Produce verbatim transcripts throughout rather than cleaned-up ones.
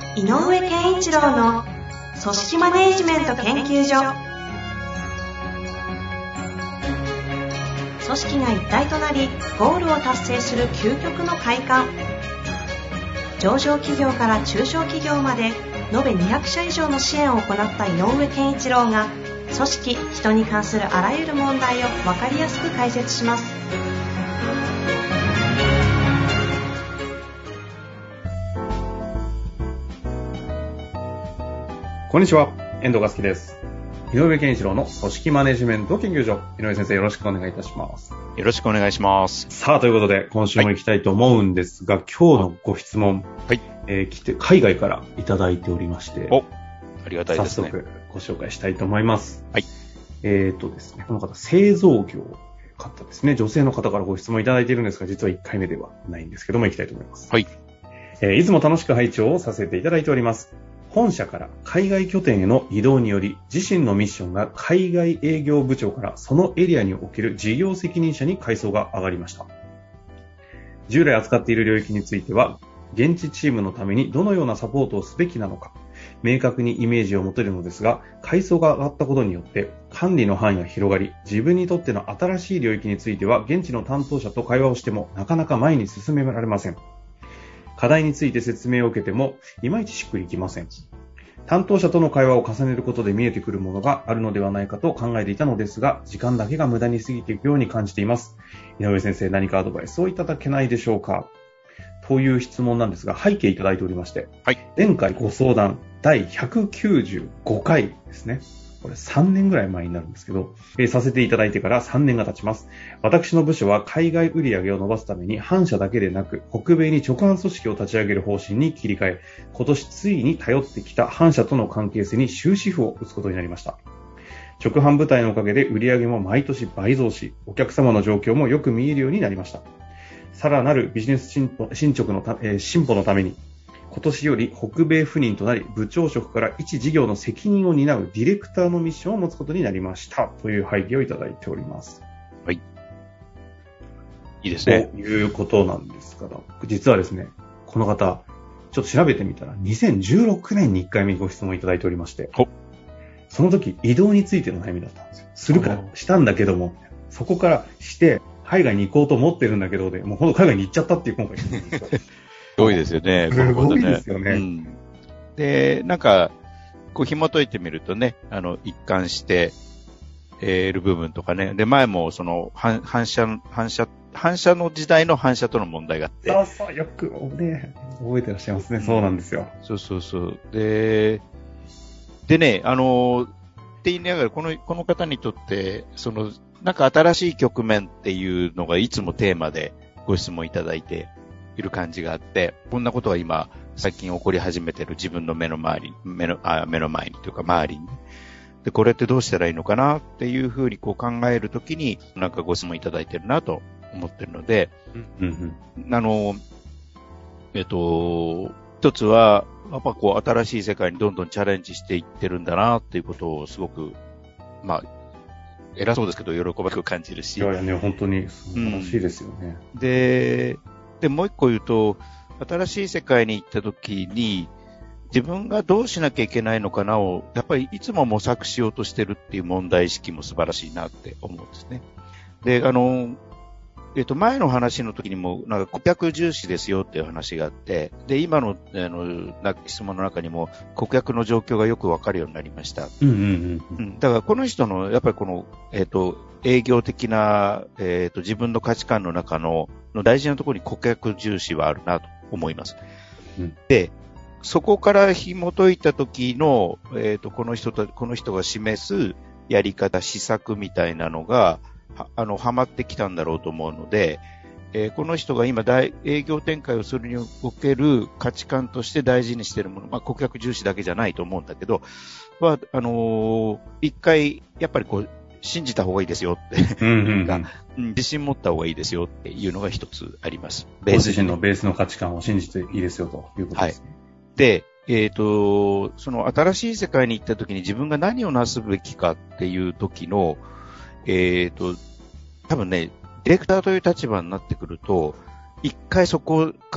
井上健一郎の組織マネジメント研究所。組織が一体となりゴールを達成する究極の快感。上場企業から中小企業まで延べにひゃくしゃ以上の支援を行った井上健一郎が、組織・人に関するあらゆる問題を分かりやすく解説します。 こんにちは、遠藤和樹です。井上健一郎の組織マネジメント研究所。井上先生、よろしくお願いいたします。 よろしくお願いします。 さあ、ということで今週も行きたいと思うんですが、はい、今日のご質問、はい、えー、来て海外からいただいておりまして、 お、ありがたいですね。 早速ご紹介したいと思います。 はい。 えーとですね、この方、製造業方ですね、女性の方からご質問いただいているんですが、実はいっかいめではないんですけども、行きたいと思います。 はい。 えー、いつも楽しく拝聴をさせていただいております。本社から海外拠点への移動により、自身のミッションが海外営業部長からそのエリアにおける事業責任者に階層が上がりました。従来扱っている領域については、現地チームのためにどのようなサポートをすべきなのか、明確にイメージを持てるのですが、階層が上がったことによって管理の範囲が広がり、自分にとっての新しい領域については現地の担当者と会話をしてもなかなか前に進められません。課題について説明を受けてもいまいちしっくりきません。担当者との会話を重ねることで見えてくるものがあるのではないかと考えていたのですが、時間だけが無駄に過ぎていくように感じています。井上先生、何かアドバイスをいただけないでしょうか、という質問なんですが、背景いただいておりまして、はい、前回ご相談だいひゃくきゅうじゅうごかいですね。これさんねんぐらい前になるんですけど、えー、させていただいてからさんねんが経ちます。私の部署は海外売上を伸ばすために反社だけでなく北米に直販組織を立ち上げる方針に切り替え、今年ついに頼ってきた反社との関係性に終止符を打つことになりました。直販部隊のおかげで売上も毎年倍増し、お客様の状況もよく見えるようになりました。さらなるビジネス進歩、進捗のた、えー、進歩のために今年より北米赴任となり、部長職から一事業の責任を担うディレクターのミッションを持つことになりましたという背景をいただいております。 はい。いいですね。 ということなんですが、実はですね、この方、ちょっと調べてみたらにせんじゅうろくねんにいっかいめにご質問いただいておりまして、その時移動についての悩みだったんですよ。するかしたんだけども、そこからして海外に行こうと思ってるんだけどで、もうほんと海外に行っちゃったっていう今回なんですよ。 すごいですよね。 すごいですよね。 うん、で、なんか、こう紐解いてみるとね、あの、一貫している部分とかね。で、前もその反、反射、反射、反射の時代の反射との問題があって。 そうそう、よくね、覚えてらっしゃいますね。うん、そうなんですよ。 そうそうそう。で、でね、あの、って言いながら、この、この方にとって、その、なんか新しい局面っていうのがいつもテーマでご質問いただいている感じがあって、こんなことが今最近起こり始めてる自分の目の周り、目の、あ、目の前にというか周りに。で、これってどうしたらいいのかなっていうふうにこう考えるときに、なんかご質問いただいてるなと思ってるので、 うんうん、 あの、えっと、一つは、やっぱこう新しい世界にどんどんチャレンジしていってるんだなっていうことをすごく、まあ、偉そうですけど喜ばく感じるし。 いやいやね、本当に素晴らしいですよね。 うん、で、で、もう一個言うと、新しい世界に行った時に、自分がどうしなきゃいけないのかなを、やっぱりいつも模索しようとしてるっていう問題意識も素晴らしいなって思うんですね。で、あの、えっと、前の話の時にも、なんか顧客重視ですよっていう話があって、で、今の、あの、質問の中にも、顧客の状況がよくわかるようになりました。 うんうんうんうん、 だから、この人の、やっぱりこの、えっと、営業的な、えっと、自分の価値観の中の、の大事なところに顧客重視はあるなと思います。 うん、 で、そこから紐解いた時の、えっと、この人と、この人が示すやり方、施策みたいなのが、は、あの、はまってきたんだろうと思うので、えー、この人が今大、営業展開をするにおける価値観として大事にしているもの、まあ、顧客重視だけじゃないと思うんだけど、は、あのー、一回、やっぱりこう、信じた方がいいですよって、うんうんうん、自信持った方がいいですよっていうのが一つあります。 ベース自身のベースの価値観を信じていいですよということですね。 はい。で、えっと、その新しい世界に行った時に自分が何をなすべきかっていう時の、えっと、多分ね、ディレクターという立場になってくると、一回そこから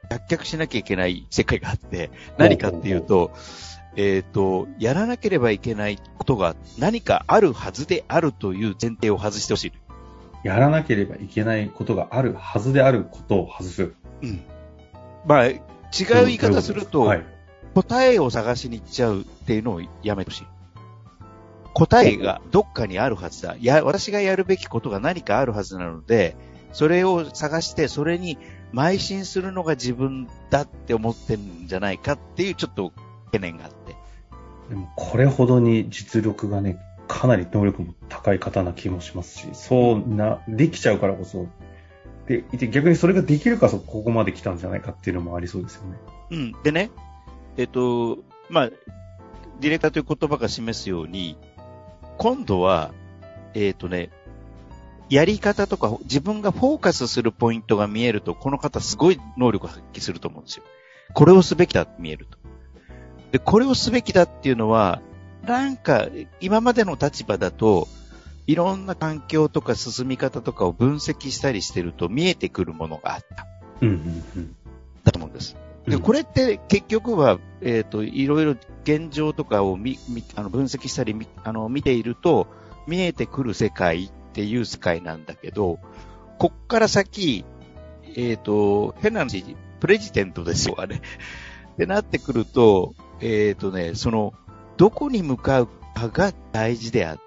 脱却しなきゃいけない世界があって、何かっていうと、えっと、やらなければいけないことが何かあるはずであるという前提を外してほしい。 やらなければいけないことがあるはずであることを外す。 うん。まあ、違う言い方すると、はい、答えを探しに行っちゃうっていうのをやめてほしい。答えがどっかにあるはずだ。や、私がやるべきことが何かあるはずなので、それを探して、それに邁進するのが自分だって思ってるんじゃないかっていうちょっと懸念があって。 でもこれほどに実力がね、かなり能力も高い方な気もしますし、そうな、できちゃうからこそ、で、逆にそれができるからここまで来たんじゃないかっていうのもありそうですよね。 うん。でね、えっと、まあ、ディレクターという言葉が示すように、今度は、えっとね、やり方とか自分がフォーカスするポイントが見えると、この方すごい能力を発揮すると思うんですよ。これをすべきだって見えると。で、これをすべきだっていうのは、なんか、今までの立場だと、いろんな環境とか進み方とかを分析したりしてると見えてくるものがあった。 うんうんうん。 だと思うんです。で、これって結局は、えっと、いろいろ現状とかをみ、み、あの、分析したり、あの、見ていると、見えてくる世界っていう世界なんだけど、こっから先、えっと、変な話、プレジデントですよ、あれ。ってなってくると、えっとね、その、どこに向かうかが大事であって、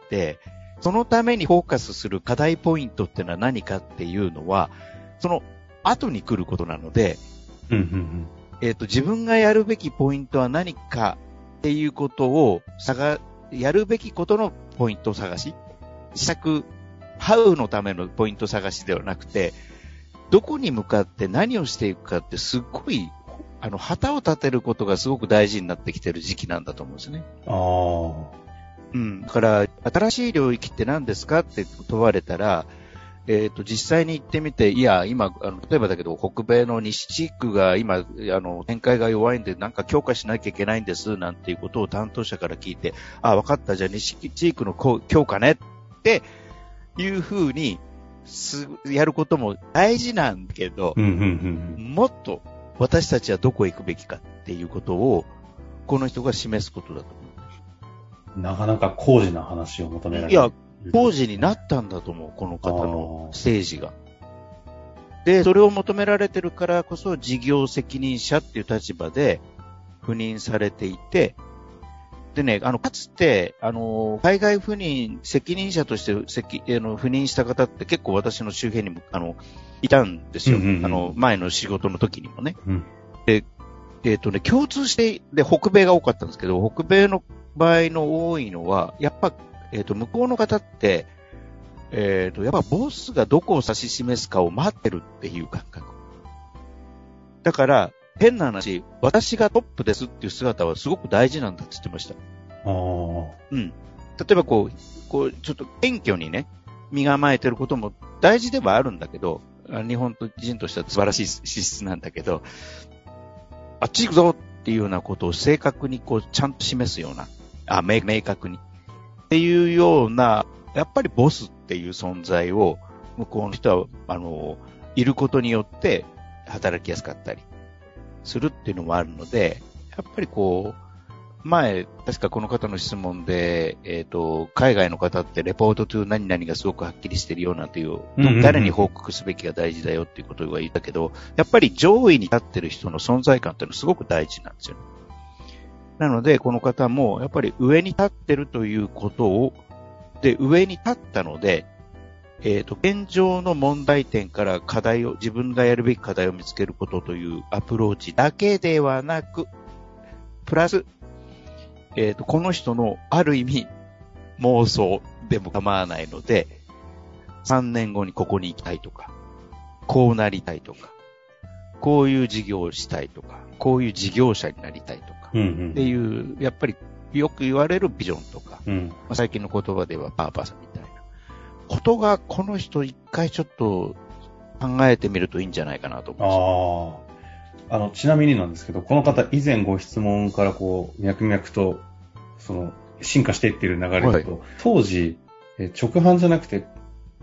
そのためにフォーカスする課題ポイントってのは何かっていうのは、その後に来ることなので、 うんうんうん、 えっと、自分がやるべきポイントは何かっていうことを探、やるべきことのポイントを探し、施策、ハウのためのポイント探しではなくて、どこに向かって何をしていくかってすっごい、あの、旗を立てることがすごく大事になってきてる時期なんだと思うんですね。 ああ。 うん。だから、新しい領域って何ですかって問われたら、えっと、実際に行ってみて、いや、今、あの、例えばだけど、北米の西地区が今、あの、展開が弱いんで、なんか強化しなきゃいけないんです、なんていうことを担当者から聞いて、あ、わかった、じゃあ西地区の強化ねっていうふうに、す、やることも大事なんだけど、 うんうんうんうん、 もっと私たちはどこへ行くべきかっていうことを、この人が示すことだと思う。 なかなか高次な話を求められる。 いや、高次になったんだと思う、この方のステージが。で、それを求められてるからこそ事業責任者っていう立場で赴任されていて、でね、あの、かつて、あの、海外赴任、責任者として責あの赴任した方って結構私の周辺にも、あの、いたんですよ。うんうんうん、あの、前の仕事の時にもね。 うん、 で、えっとね、共通して、で、北米が多かったんですけど、北米の場合の多いのは、やっぱ、えっと、向こうの方って、えっと、やっぱボスがどこを指し示すかを待ってるっていう感覚。だから、変な話、私がトップですっていう姿はすごく大事なんだって言ってました。 あー。 うん。例えばこう、こう、ちょっと謙虚にね、身構えてることも大事ではあるんだけど、日本人としては素晴らしい資質なんだけど、あっち行くぞっていうようなことを正確にこう、ちゃんと示すような、あ、明、明確に。っていうような、やっぱりボスっていう存在を、向こうの人は、あの、いることによって働きやすかったりするっていうのもあるので、やっぱりこう、前、確かこの方の質問で、えっと、海外の方ってレポートという何々がすごくはっきりしてるようなという、うんうんうん、誰に報告すべきが大事だよっていうことは言ったけど、やっぱり上位に立ってる人の存在感っていうのはすごく大事なんですよね。なので、この方も、やっぱり上に立ってるということを、で、上に立ったので、えっと、現状の問題点から課題を、自分がやるべき課題を見つけることというアプローチだけではなく、プラス、えっと、この人のある意味、妄想でも構わないので、さんねんごにここに行きたいとか、こうなりたいとか、こういう事業をしたいとか、こういう事業者になりたいとか、 うんうん、 っていう、やっぱりよく言われるビジョンとか、 うんまあ、最近の言葉ではパーパスみたいなことが、この人一回ちょっと考えてみるといいんじゃないかなと思います。 ああ。あの、ちなみになんですけど、この方以前ご質問からこう、脈々と、その、進化していっている流れだと、はい、当時、え直販じゃなくて、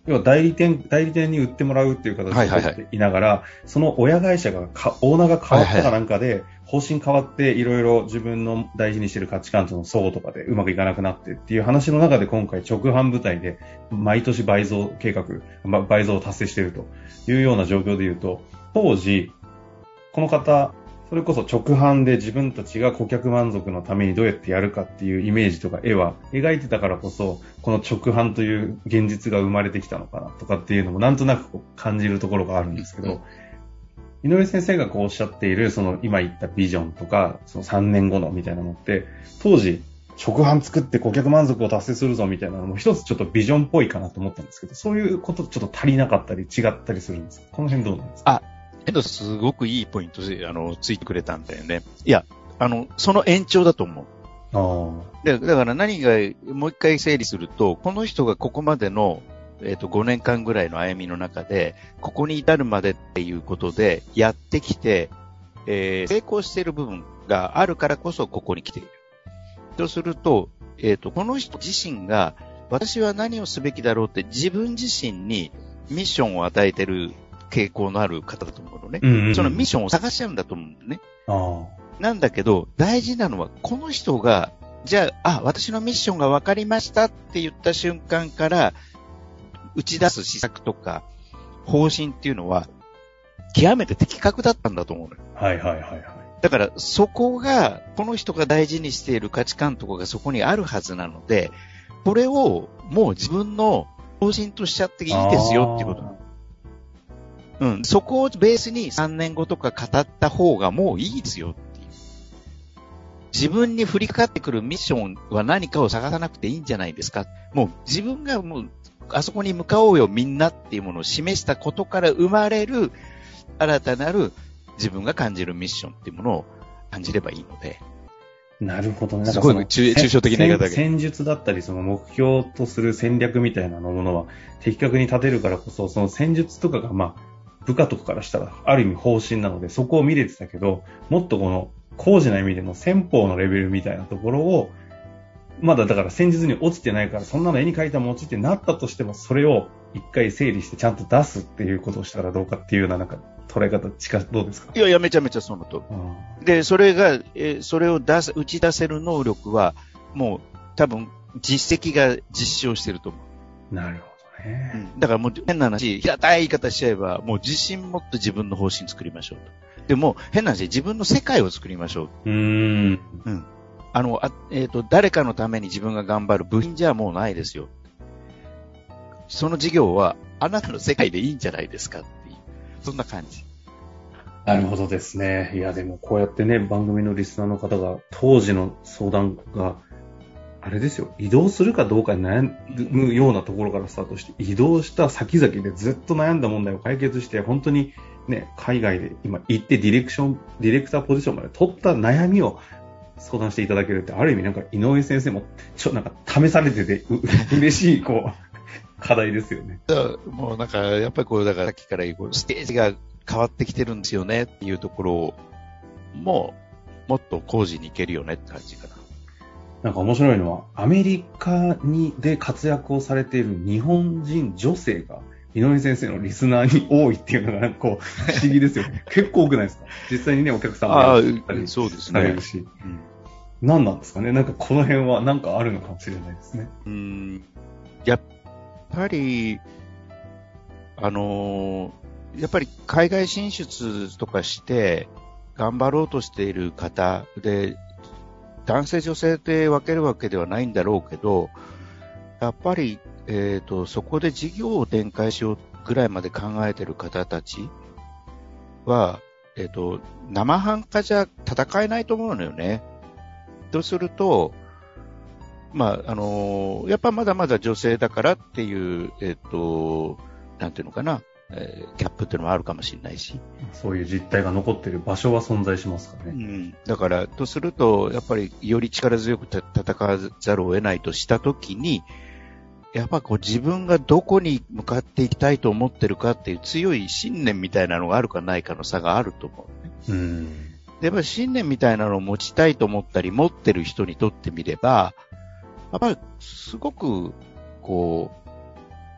要は代理店、代理店に売ってもらうっていう形で取っていながら、はいはいはい、その親会社がか、オーナーが変わったかなんかで、はいはい、方針変わっていろいろ自分の大事にしている価値観との相互とかでうまくいかなくなってっていう話の中で今回直販部隊で毎年倍増計画、倍増を達成しているというような状況で言うと、当時、この方、それこそ直販で自分たちが顧客満足のためにどうやってやるかっていうイメージとか絵は描いてたからこそ、この直販という現実が生まれてきたのかなとかっていうのもなんとなくこう感じるところがあるんですけど、井上先生がこうおっしゃっているその今言ったビジョンとかそのさんねんごのみたいなのって、当時直販作って顧客満足を達成するぞみたいなのも一つちょっとビジョンっぽいかなと思ったんですけど、そういうことちょっと足りなかったり違ったりするんですか？この辺どうなんですか？ あえっと、すごくいいポイントで、あの、ついてくれたんだよね。いや、あの、その延長だと思う。 あでだから何が、もう一回整理すると、この人がここまでの、えっと、ごねんかんぐらいの歩みの中で、ここに至るまでっていうことで、やってきて、えー、成功している部分があるからこそここに来ている。とすると、えっと、この人自身が、私は何をすべきだろうって自分自身にミッションを与えている傾向のある方だと思うのね、うんうんうん。そのミッションを探しちゃうんだと思うんだよね。 あなんだけど、大事なのは、この人が、じゃあ、あ、私のミッションが分かりましたって言った瞬間から、打ち出す施策とか、方針っていうのは、極めて的確だったんだと思うのよ。 はいはいはいはい。 だから、そこが、この人が大事にしている価値観とかがそこにあるはずなので、これをもう自分の方針としちゃっていいですよっていうことなの。うん、そこをベースにさんねんごとか語った方がもういいですよっていう。自分に降りかかってくるミッションは何かを探さなくていいんじゃないですか。もう自分がもうあそこに向かおうよみんなっていうものを示したことから生まれる新たなる自分が感じるミッションっていうものを感じればいいので。 なるほどね。 すごい抽象的な言い方だけど。 戦術だったり、その目標とする戦略みたいなものは的確に立てるからこそ、その戦術とかがまあ、部下とかからしたらある意味方針なので、そこを見れてたけど、もっとこの高次な意味での戦法のレベルみたいなところを、まだだから戦術に落ちてないから、そんなの絵に描いたもん落ちてなったとしても、それを一回整理してちゃんと出すっていうことをしたらどうかっていうようななんか捉え方、近どうですか？ いやいや、めちゃめちゃそのと。で、それが、えそれを出す、打ち出せる能力は、もう多分実績が実証してると思う。なるほどね。 うん、だからもう変な話、平たい言い方しちゃえば、もう自信持って自分の方針作りましょうと。でも変な話、自分の世界を作りましょう。 うーん。 うん。あの、あえっと、誰かのために自分が頑張る部品じゃもうないですよ。その事業はあなたの世界でいいんじゃないですかっていう、そんな感じ。 なるほどですね。いや、でもこうやってね、番組のリスナーの方が当時の相談が、あれですよ、移動するかどうかに悩むようなところからスタートして、移動した先々でずっと悩んだ問題を解決して、本当にね、海外で今行ってディレクション、ディレクターポジションまで取った悩みを相談していただけるって、ある意味なんか井上先生もちょっとなんか試されててう嬉しいこう課題ですよね。 もうなんかやっぱりこうだからさっきから言うステージが変わってきてるんですよねっていうところをもうもっと工事に行けるよねって感じかな。 なんか面白いのはアメリカにで活躍をされている日本人女性が井上先生のリスナーに多いっていうのがなんかこう不思議ですよね。結構多くないですか？実際にねお客さんもやったりされるし、うん、何なんですかね。なんかこの辺はなんかあるのかもしれないですね。 うーん、やっぱりあのー、やっぱり海外進出とかして頑張ろうとしている方で男性女性で分けるわけではないんだろうけど、やっぱりえっと、そこで事業を展開しようぐらいまで考えている方たちは、えっと、生半可じゃ戦えないと思うのよね。とすると、まあ、あの、やっぱまだまだ女性だからっていう、えっと、なんていうのかな、えー、ギャップっていうのもあるかもしれないし。 そういう実態が残っている場所は存在しますかね。 うん。だから、とすると、やっぱりより力強く戦わざるを得ないとしたときに、やっぱこう自分がどこに向かっていきたいと思ってるかっていう強い信念みたいなのがあるかないかの差があると思うね。 うん。 で、やっぱり信念みたいなのを持ちたいと思ったり持ってる人にとってみれば、やっぱりすごくこう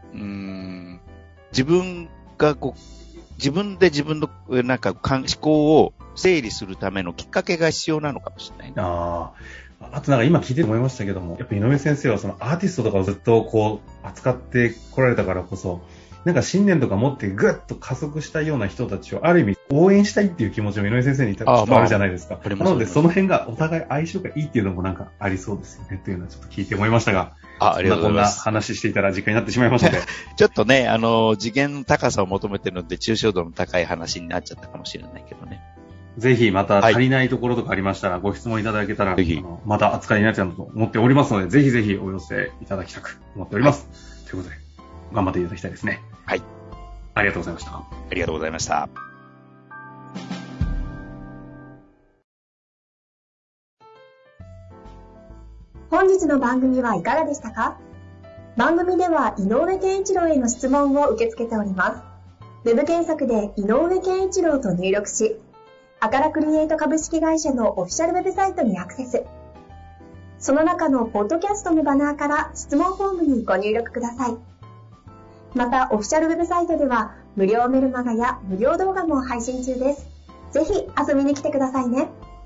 うーん、自分がこう、自分で自分のなんか思考を整理するためのきっかけが必要なのかもしれないね。 ああ。あとなんか今聞いて思いましたけども、やっぱ井上先生はそのアーティストとかをずっとこう扱ってこられたからこそ、なんか信念とか持ってぐっと加速したいような人たちをある意味応援したいっていう気持ちも井上先生にきっとあるじゃないですか。なのでその辺がお互い相性がいいっていうのもなんかありそうですよねっていうのはちょっと聞いて思いましたが。 あ、ありがとうございます。 こんな話していたら時間になってしまいましたので。 ちょっとね、あの、次元の高さを求めてるので抽象度の高い話になっちゃったかもしれないけどね。 ぜひまた足りないところとかありましたら、はい、ご質問いただけたら、ぜひあのまた扱いになっちゃうと思っておりますので、ぜひぜひお寄せいただきたく思っております。はい、ということで、頑張っていただきたいですね。 はい。 ありがとうございました。 ありがとうございました。 本日の番組はいかがでしたか？番組では井上健一郎への質問を受け付けております。ウェブ検索で井上健一郎と入力し、アカラクリエイト株式会社のオフィシャルウェブサイトにアクセス。その中のポッドキャストのバナーから質問フォームにご入力ください。また、オフィシャルウェブサイトでは無料メルマガや無料動画も配信中です。ぜひ遊びに来てくださいね。